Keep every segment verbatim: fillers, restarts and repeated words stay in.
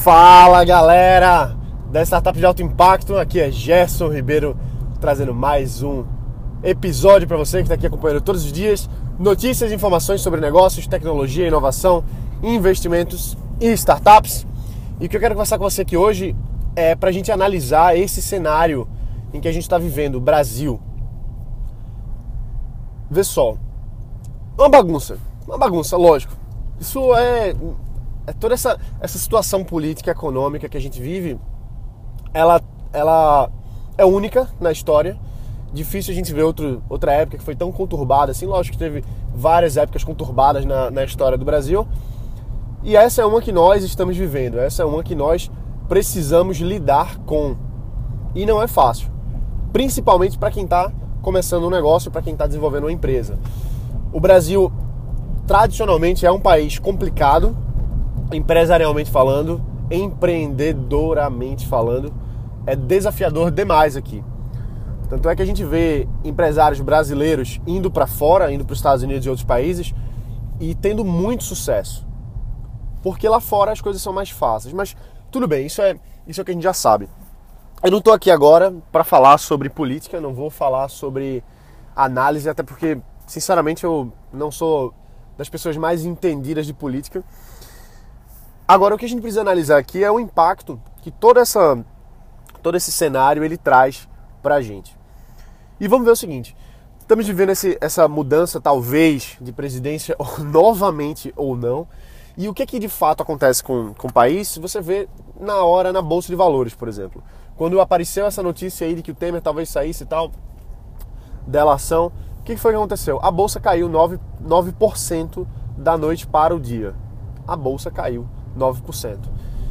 Fala galera da Startup de Alto Impacto, aqui é Gerson Ribeiro trazendo mais um episódio para você que está aqui acompanhando todos os dias notícias e informações sobre negócios, tecnologia, inovação, investimentos e startups. E o que eu quero conversar com você aqui hoje é para a gente analisar esse cenário em que a gente está vivendo, o Brasil. Vê só, uma bagunça, uma bagunça, lógico. Isso é... É toda essa, essa situação política e econômica que a gente vive, ela, ela é única na história. Difícil a gente ver outro, outra época que foi tão conturbada assim. Lógico que teve várias épocas conturbadas na, na história do Brasil. E essa é uma que nós estamos vivendo. Essa é uma que nós precisamos lidar com. E não é fácil. Principalmente para quem está começando um negócio, para quem está desenvolvendo uma empresa. O Brasil, tradicionalmente, é um país complicado, empresarialmente falando, empreendedoramente falando, é desafiador demais aqui. Tanto é que a gente vê empresários brasileiros indo para fora, indo para os Estados Unidos e outros países e tendo muito sucesso. Porque lá fora as coisas são mais fáceis. Mas tudo bem, isso é, isso é o que a gente já sabe. Eu não estou aqui agora para falar sobre política, não vou falar sobre análise, até porque, sinceramente, eu não sou das pessoas mais entendidas de política. Agora, o que a gente precisa analisar aqui é o impacto que toda essa, todo esse cenário ele traz para a gente. E vamos ver o seguinte, estamos vivendo esse, essa mudança, talvez, de presidência, novamente ou não, e o que, que de fato acontece com, com o país, você vê na hora na Bolsa de Valores, por exemplo. Quando apareceu essa notícia aí de que o Temer talvez saísse e tal, delação, o que foi que aconteceu? A Bolsa caiu nove por cento da noite para o dia. A Bolsa caiu nove por cento.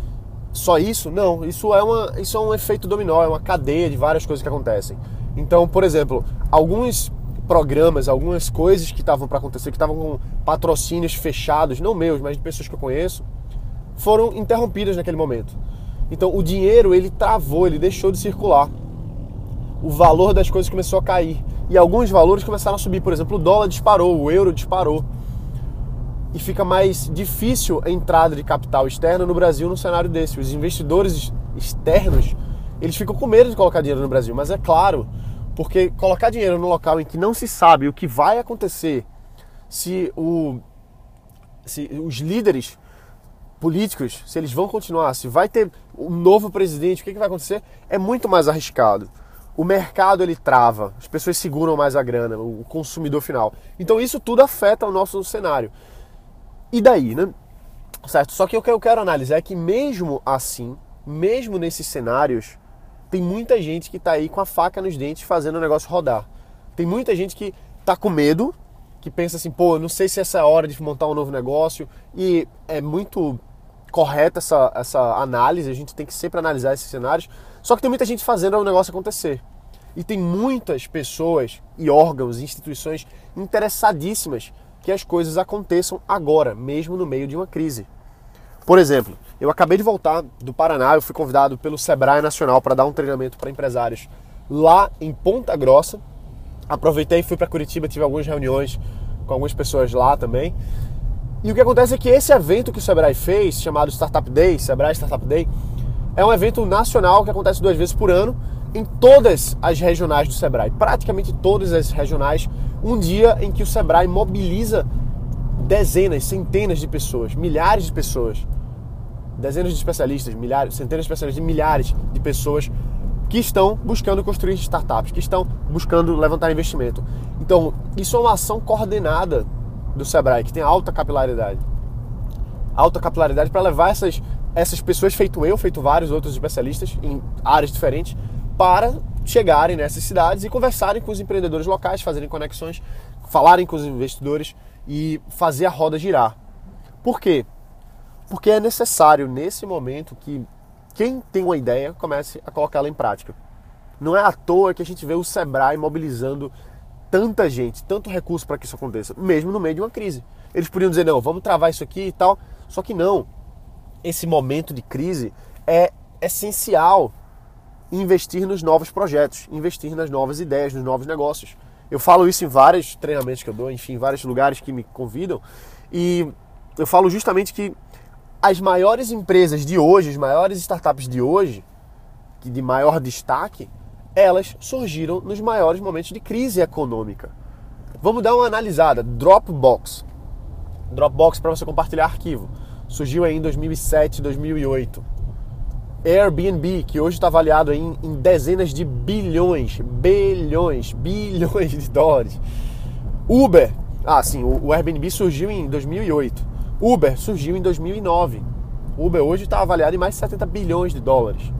Só isso? Não, isso é, uma, isso é um efeito dominó, é uma cadeia de várias coisas que acontecem. Então, por exemplo, alguns programas, algumas coisas que estavam para acontecer, que estavam com patrocínios fechados, não meus, mas de pessoas que eu conheço, foram interrompidas naquele momento. Então, o dinheiro, ele travou, ele deixou de circular. O valor das coisas começou a cair. E alguns valores começaram a subir. Por exemplo, o dólar disparou, o euro disparou. E fica mais difícil a entrada de capital externo no Brasil num cenário desse. Os investidores externos, eles ficam com medo de colocar dinheiro no Brasil. Mas é claro, porque colocar dinheiro num local em que não se sabe o que vai acontecer, se, o, se os líderes políticos, se eles vão continuar, se vai ter um novo presidente, o que, que vai acontecer, é muito mais arriscado. O mercado, ele trava, as pessoas seguram mais a grana, o consumidor final. Então isso tudo afeta o nosso cenário. E daí, né? Certo? Só que o que eu quero analisar é que mesmo assim, mesmo nesses cenários, tem muita gente que está aí com a faca nos dentes fazendo o negócio rodar. Tem muita gente que está com medo, que pensa assim, pô, não sei se essa é a hora de montar um novo negócio. E é muito correta essa, essa análise, a gente tem que sempre analisar esses cenários. Só que tem muita gente fazendo o negócio acontecer. E tem muitas pessoas e órgãos, instituições interessadíssimas que as coisas aconteçam agora, mesmo no meio de uma crise. Por exemplo, eu acabei de voltar do Paraná, eu fui convidado pelo Sebrae Nacional para dar um treinamento para empresários lá em Ponta Grossa. Aproveitei e fui para Curitiba, tive algumas reuniões com algumas pessoas lá também. E o que acontece é que esse evento que o Sebrae fez, chamado Startup Day, Sebrae Startup Day, é um evento nacional que acontece duas vezes por ano em todas as regionais do Sebrae, praticamente todas as regionais, um dia em que o Sebrae mobiliza dezenas, centenas de pessoas, milhares de pessoas, dezenas de especialistas, milhares, centenas de especialistas, milhares de pessoas que estão buscando construir startups, que estão buscando levantar investimento. Então, isso é uma ação coordenada do Sebrae, que tem alta capilaridade. Alta capilaridade para levar essas, essas pessoas, feito eu, feito vários outros especialistas em áreas diferentes, para chegarem nessas cidades e conversarem com os empreendedores locais, fazerem conexões, falarem com os investidores e fazer a roda girar. Por quê? Porque é necessário, nesse momento, que quem tem uma ideia comece a colocá-la em prática. Não é à toa que a gente vê o Sebrae mobilizando tanta gente, tanto recurso para que isso aconteça, mesmo no meio de uma crise. Eles podiam dizer, não, vamos travar isso aqui e tal, só que não. Esse momento de crise é essencial investir nos novos projetos, investir nas novas ideias, nos novos negócios. Eu falo isso em vários treinamentos que eu dou, enfim, em vários lugares que me convidam, e eu falo justamente que as maiores empresas de hoje, as maiores startups de hoje, que de maior destaque, elas surgiram nos maiores momentos de crise econômica. Vamos dar uma analisada. Dropbox. Dropbox para você compartilhar arquivo. Surgiu aí em dois mil e sete, dois mil e oito. Airbnb, que hoje está avaliado em, em dezenas de bilhões, bilhões, bilhões de dólares. Uber, ah sim, o, o Airbnb surgiu em dois mil e oito. Uber surgiu em dois mil e nove. Uber hoje está avaliado em mais de setenta bilhões de dólares.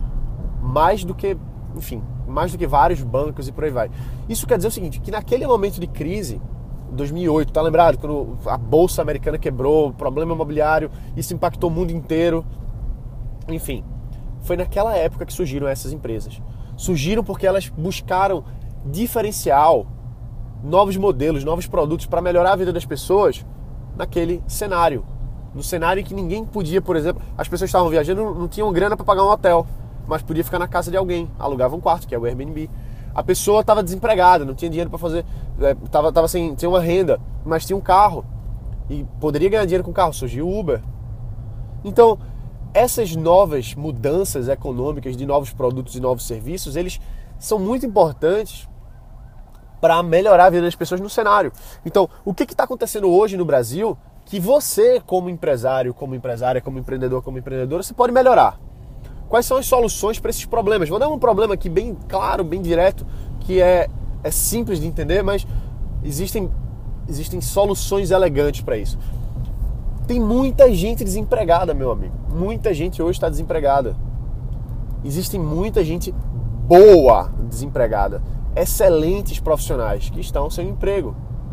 Mais do que, enfim, mais do que vários bancos e por aí vai. Isso quer dizer o seguinte, que naquele momento de crise, dois mil e oito, tá lembrado? Quando a bolsa americana quebrou, problema imobiliário, isso impactou o mundo inteiro. Enfim, foi naquela época que surgiram essas empresas. Surgiram porque elas buscaram diferencial, novos modelos, novos produtos para melhorar a vida das pessoas naquele cenário. No cenário em que ninguém podia, por exemplo, as pessoas estavam viajando, não tinham grana para pagar um hotel, mas podia ficar na casa de alguém, alugava um quarto, que é o Airbnb. A pessoa estava desempregada, não tinha dinheiro para fazer, estava tava sem, tinha uma renda, mas tinha um carro e poderia ganhar dinheiro com o carro, surgiu o Uber. Então, essas novas mudanças econômicas de novos produtos e novos serviços, eles são muito importantes para melhorar a vida das pessoas no cenário. Então, o que está acontecendo hoje no Brasil que você, como empresário, como empresária, como empreendedor, como empreendedora, você pode melhorar? Quais são as soluções para esses problemas? Vou dar um problema aqui bem claro, bem direto, que é, é simples de entender, mas existem, existem soluções elegantes para isso. Tem muita gente desempregada, meu amigo. Muita gente hoje está desempregada. Existem muita gente boa desempregada. Excelentes profissionais que estão sem emprego.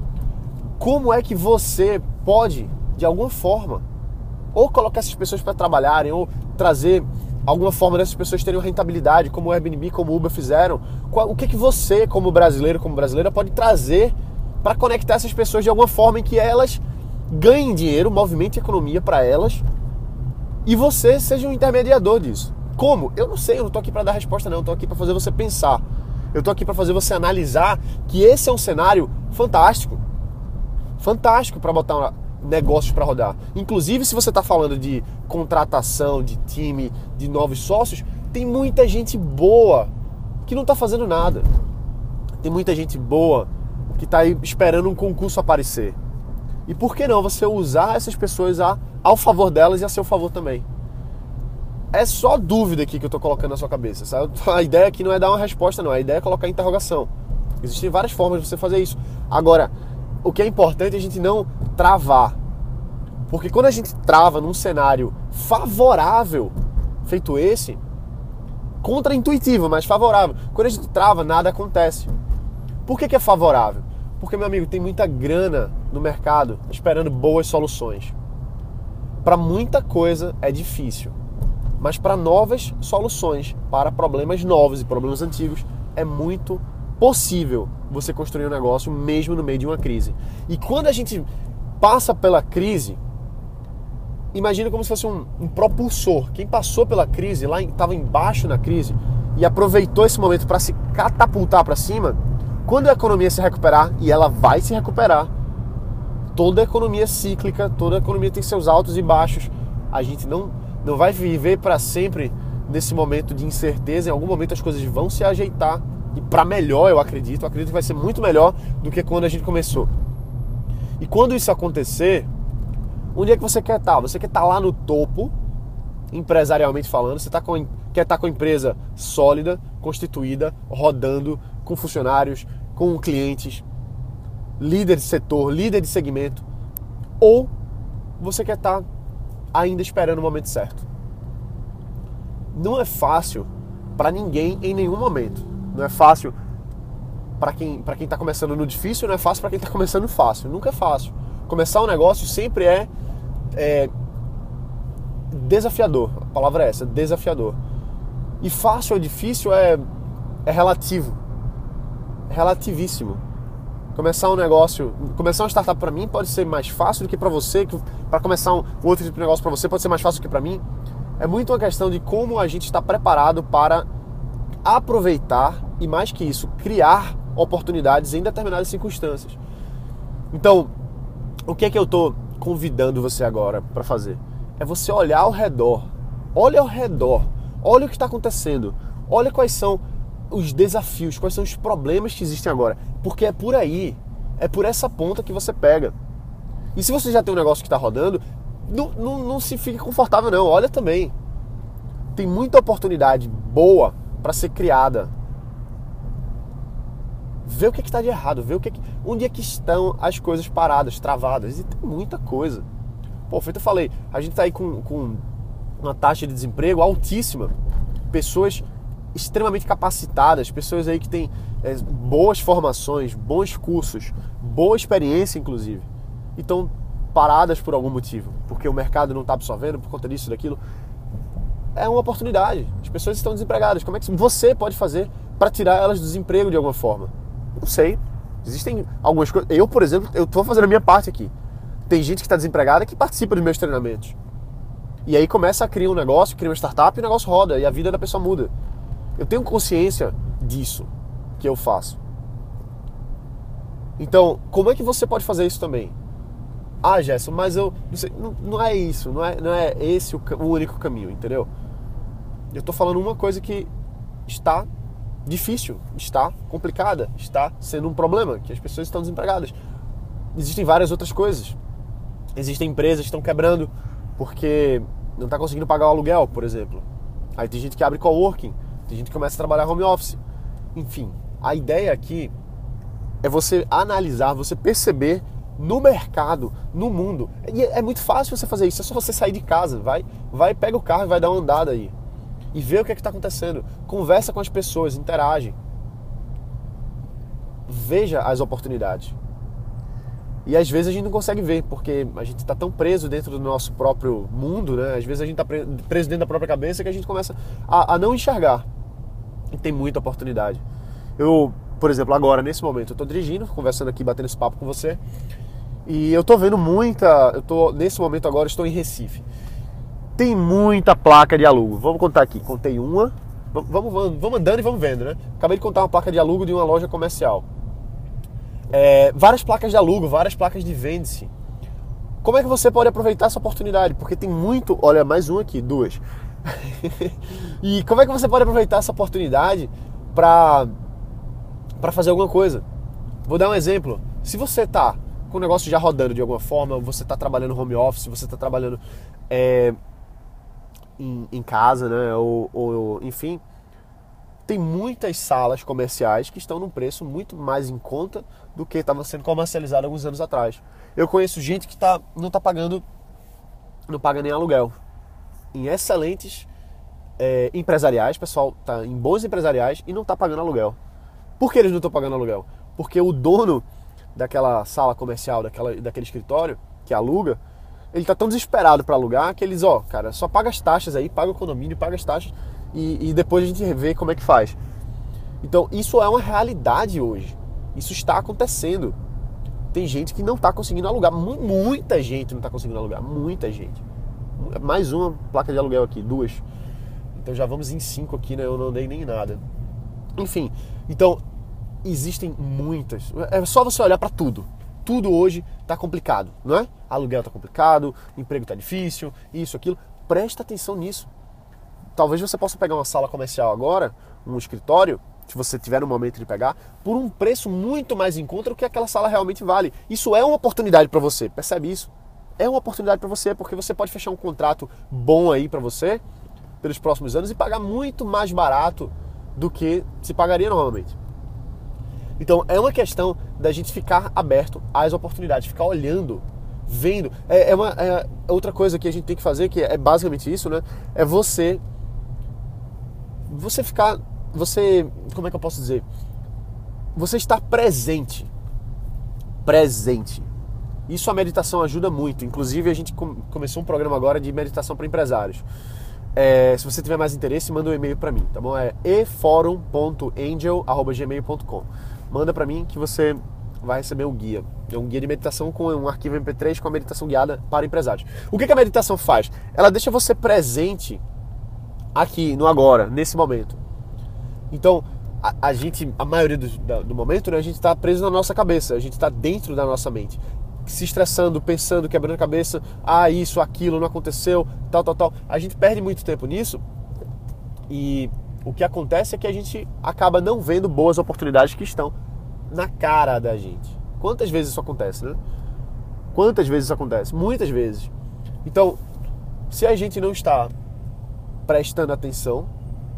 Como é que você pode, de alguma forma, ou colocar essas pessoas para trabalharem, ou trazer alguma forma dessas pessoas terem uma rentabilidade, como o Airbnb, como o Uber fizeram? O que, que você, como brasileiro, como brasileira, pode trazer para conectar essas pessoas de alguma forma em que elas ganhem dinheiro, movimente economia para elas, e você seja um intermediador disso? Como? Eu não sei, eu não estou aqui para dar resposta não, eu estou aqui para fazer você pensar. Eu estou aqui para fazer você analisar que esse é um cenário fantástico. Fantástico para botar negócios para rodar. Inclusive, se você está falando de contratação, de time, de novos sócios, tem muita gente boa que não está fazendo nada. Tem muita gente boa que está aí esperando um concurso aparecer. E por que não você usar essas pessoas a, ao favor delas e a seu favor também? É só dúvida aqui que eu estou colocando na sua cabeça, sabe? A ideia aqui não é dar uma resposta, não. A ideia é colocar interrogação. Existem várias formas de você fazer isso. Agora, o que é importante é a gente não travar. Porque quando a gente trava num cenário favorável, feito esse, contraintuitivo, mas favorável, quando a gente trava, nada acontece. Por que que é favorável? Porque, meu amigo, tem muita grana no mercado esperando boas soluções. Para muita coisa é difícil, mas para novas soluções, para problemas novos e problemas antigos, é muito possível você construir um negócio mesmo no meio de uma crise. E quando a gente passa pela crise, imagina como se fosse um, um propulsor. Quem passou pela crise, lá estava embaixo na crise e aproveitou esse momento para se catapultar para cima, quando a economia se recuperar, e ela vai se recuperar, toda a economia é cíclica, toda a economia tem seus altos e baixos, a gente não, não vai viver para sempre nesse momento de incerteza. Em algum momento as coisas vão se ajeitar, e para melhor, eu acredito, eu acredito que vai ser muito melhor do que quando a gente começou. E quando isso acontecer, onde é que você quer estar? Você quer estar lá no topo, empresarialmente falando, você tá com, quer estar com a empresa sólida, constituída, rodando, com funcionários, com clientes, líder de setor, líder de segmento, ou você quer estar ainda esperando o momento certo? Não é fácil para ninguém em nenhum momento. Não é fácil para quem para quem está começando no difícil, não é fácil para quem está começando fácil. Nunca é fácil. Começar um negócio sempre é, é desafiador. A palavra é essa, desafiador. E fácil ou difícil é, é relativo. Relativíssimo. Começar um negócio, começar uma startup para mim pode ser mais fácil do que para você, para começar um outro tipo de negócio para você pode ser mais fácil do que para mim. É muito uma questão de como a gente está preparado para aproveitar e, mais que isso, criar oportunidades em determinadas circunstâncias. Então, o que é que eu estou convidando você agora para fazer? é você olhar ao redor. Olha ao redor. Olha o que está acontecendo. Olha quais são os desafios, quais são os problemas que existem agora. Porque é por aí, é por essa ponta que você pega. E se você já tem um negócio que está rodando, não, não, não se fique confortável não. Olha também. Tem muita oportunidade boa para ser criada. Vê o que está de errado, vê o que, onde é que estão as coisas paradas, travadas. E tem muita coisa. Pô, feito eu falei, a gente está aí com, com uma taxa de desemprego altíssima. Pessoas extremamente capacitadas, pessoas aí que têm é, boas formações, bons cursos, boa experiência inclusive. E estão paradas por algum motivo. Porque o mercado não está absorvendo por conta disso, daquilo. É uma oportunidade. As pessoas estão desempregadas. Como é que você pode fazer para tirar elas do desemprego de alguma forma? Não sei. Existem algumas coisas. Eu, por exemplo, eu estou fazendo a minha parte aqui. Tem gente que está desempregada que participa dos meus treinamentos. E aí começa a criar um negócio, cria uma startup e o negócio roda. E a vida da pessoa muda. Eu tenho consciência disso que eu faço. Então, como é que você pode fazer isso também? Ah, Gerson, mas eu não sei, não, não é isso, não é, não é esse o, o único caminho, entendeu? Eu tô falando uma coisa que está difícil, está complicada, está sendo um problema, que as pessoas estão desempregadas. Existem várias outras coisas. Existem empresas que estão quebrando porque não está conseguindo pagar o aluguel, por exemplo. Aí tem gente que abre coworking, tem gente que começa a trabalhar home office. Enfim, a ideia aqui é você analisar, você perceber no mercado, no mundo. E é muito fácil você fazer isso, é só você sair de casa, vai, vai pega o carro e vai dar uma andada aí. E vê o que é que está acontecendo. Conversa com as pessoas, interage. Veja as oportunidades. E às vezes a gente não consegue ver, porque a gente está tão preso dentro do nosso próprio mundo, né? Às vezes a gente está preso dentro da própria cabeça que a gente começa a, a não enxergar. E tem muita oportunidade. Eu, por exemplo, agora, nesse momento, eu estou dirigindo, conversando aqui, batendo esse papo com você. E eu estou vendo muita... Eu tô, nesse momento agora, estou em Recife. Tem muita placa de alugo. Vamos contar aqui. Contei uma. Vamos, vamos, vamos andando e vamos vendo, né? Acabei de contar uma placa de alugo de uma loja comercial. É, várias placas de alugo, várias placas de vende-se. Como é que você pode aproveitar essa oportunidade? Porque tem muito... Olha, mais uma aqui, duas. E como é que você pode aproveitar essa oportunidade para para fazer alguma coisa? Vou dar um exemplo. Se você está com o negócio já rodando de alguma forma, você está trabalhando home office, você está trabalhando é, em, em casa, né? Ou, ou, enfim, tem muitas salas comerciais que estão num preço muito mais em conta do que estava sendo comercializado alguns anos atrás. Eu conheço gente que tá, não está pagando, não paga nem aluguel. Em excelentes é, empresariais, pessoal está em bons empresariais e não está pagando aluguel. Por que eles não estão pagando aluguel? Porque o dono daquela sala comercial, daquela, daquele escritório que aluga, ele está tão desesperado para alugar que eles, ó, cara, só paga as taxas aí, paga o condomínio, paga as taxas e, e depois a gente vê como é que faz. Então isso é uma realidade hoje. Isso está acontecendo. Tem gente que não está conseguindo alugar. Muita gente não está conseguindo alugar. Muita gente. Mais uma placa de aluguel aqui, duas. Então já vamos em cinco aqui, né? Eu não dei nem nada. Enfim, então existem muitas. É só você olhar para tudo. Tudo hoje está complicado, não é? Aluguel está complicado, emprego está difícil, isso, aquilo. Presta atenção nisso. Talvez você possa pegar uma sala comercial agora, um escritório, se você tiver no momento de pegar, por um preço muito mais em conta do que aquela sala realmente vale. Isso é uma oportunidade para você, percebe isso? É uma oportunidade para você, porque você pode fechar um contrato bom aí para você, pelos próximos anos, e pagar muito mais barato do que se pagaria normalmente. Então é uma questão da gente ficar aberto às oportunidades, ficar olhando, vendo. É, é, uma, é outra coisa que a gente tem que fazer, que é basicamente isso, né? É você, você ficar, você, como é que eu posso dizer? Você estar presente, presente. Isso a meditação ajuda muito. Inclusive a gente com, começou um programa agora de meditação para empresários. É, se você tiver mais interesse, manda um e-mail para mim, tá bom? É e forum ponto angel arroba gmail ponto com. Manda para mim que você vai receber um guia. É um guia de meditação com um arquivo M P três com a meditação guiada para empresários. O que, que a meditação faz? Ela deixa você presente aqui, no agora, nesse momento. Então, a, a gente, a maioria do, da, do momento, né, a gente está preso na nossa cabeça, a gente está dentro da nossa mente. se estressando, pensando, quebrando a cabeça, ah, isso, aquilo, não aconteceu, tal, tal, tal. A gente perde muito tempo nisso e o que acontece é que a gente acaba não vendo boas oportunidades que estão na cara da gente. Quantas vezes isso acontece, né? Quantas vezes isso acontece? Muitas vezes. Então, se a gente não está prestando atenção,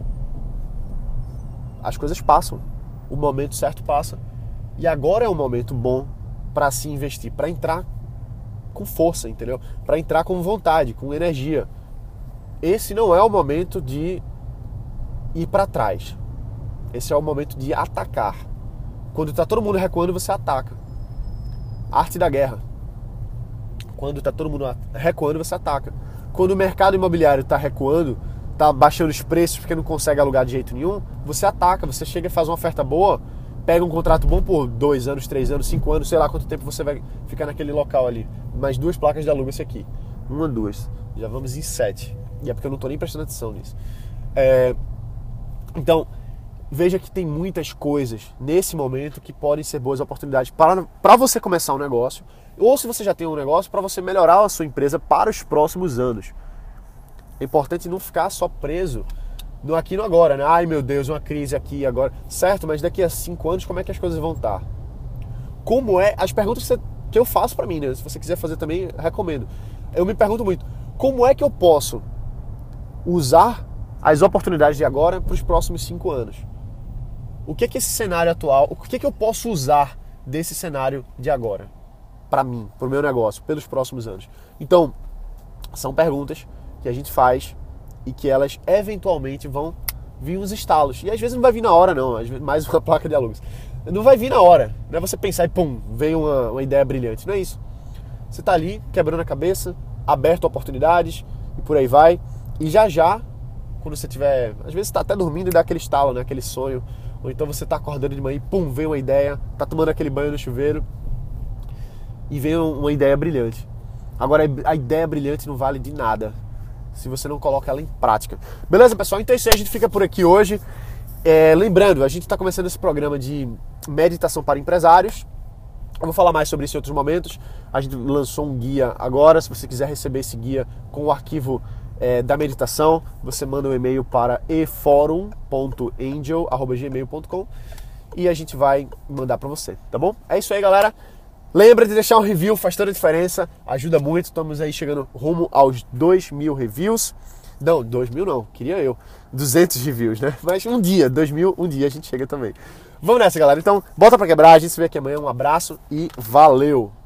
as coisas passam. O momento certo passa. E agora é um momento bom para se investir, para entrar com força, entendeu? Para entrar com vontade, com energia. Esse não é o momento de ir para trás. Esse é o momento de atacar. Quando está todo mundo recuando, você ataca. Arte da guerra. Quando está todo mundo recuando, você ataca. Quando o mercado imobiliário está recuando, está baixando os preços porque não consegue alugar de jeito nenhum, você ataca, você chega e faz uma oferta boa, pega um contrato bom por dois anos, três anos, cinco anos, sei lá quanto tempo você vai ficar naquele local ali. Mais duas placas de aluguel esse aqui. Uma, duas. Já vamos em sete. E é porque eu não estou nem prestando atenção nisso. É... Então, veja que tem muitas coisas nesse momento que podem ser boas oportunidades para, para você começar um negócio, ou se você já tem um negócio, para você melhorar a sua empresa para os próximos anos. É importante não ficar só preso no aqui e no agora, né? Ai meu Deus, uma crise aqui agora. Certo, mas daqui a cinco anos como é que as coisas vão estar? Como é? As perguntas que, você, que eu faço para mim, né? Se você quiser fazer também, recomendo. Eu me pergunto muito, como é que eu posso usar as oportunidades de agora para os próximos cinco anos? O que é que esse cenário atual, o que é que eu posso usar desse cenário de agora para mim, para o meu negócio, pelos próximos anos? Então, são perguntas que a gente faz e que elas eventualmente vão vir uns estalos. E às vezes não vai vir na hora não, às vezes mais uma placa de alugues. Não vai vir na hora, não é você pensar e pum, veio uma, uma ideia brilhante, não é isso. Você está ali quebrando a cabeça, aberto a oportunidades e por aí vai. E já já, quando você tiver, às vezes você está até dormindo e dá aquele estalo, né, aquele sonho. Ou então você está acordando de manhã e pum, vem uma ideia, está tomando aquele banho no chuveiro e vem uma ideia brilhante. Agora, a ideia brilhante não vale de nada se você não coloca ela em prática. Beleza, pessoal? Então é isso aí, a gente fica por aqui hoje. É, lembrando, a gente está começando esse programa de meditação para empresários. Eu vou falar mais sobre isso em outros momentos. A gente lançou um guia agora. Se você quiser receber esse guia com o arquivo é, da meditação, você manda um e-mail para e forum ponto angel arroba gmail ponto com e a gente vai mandar para você, tá bom? É isso aí, galera. Lembra de deixar um review, faz toda a diferença, ajuda muito. Estamos aí chegando rumo aos dois mil reviews. Não, dois mil não, queria eu. duzentos reviews, né? Mas um dia, dois mil, um dia a gente chega também. Vamos nessa, galera. Então, bota pra quebrar, a gente se vê aqui amanhã. Um abraço e valeu!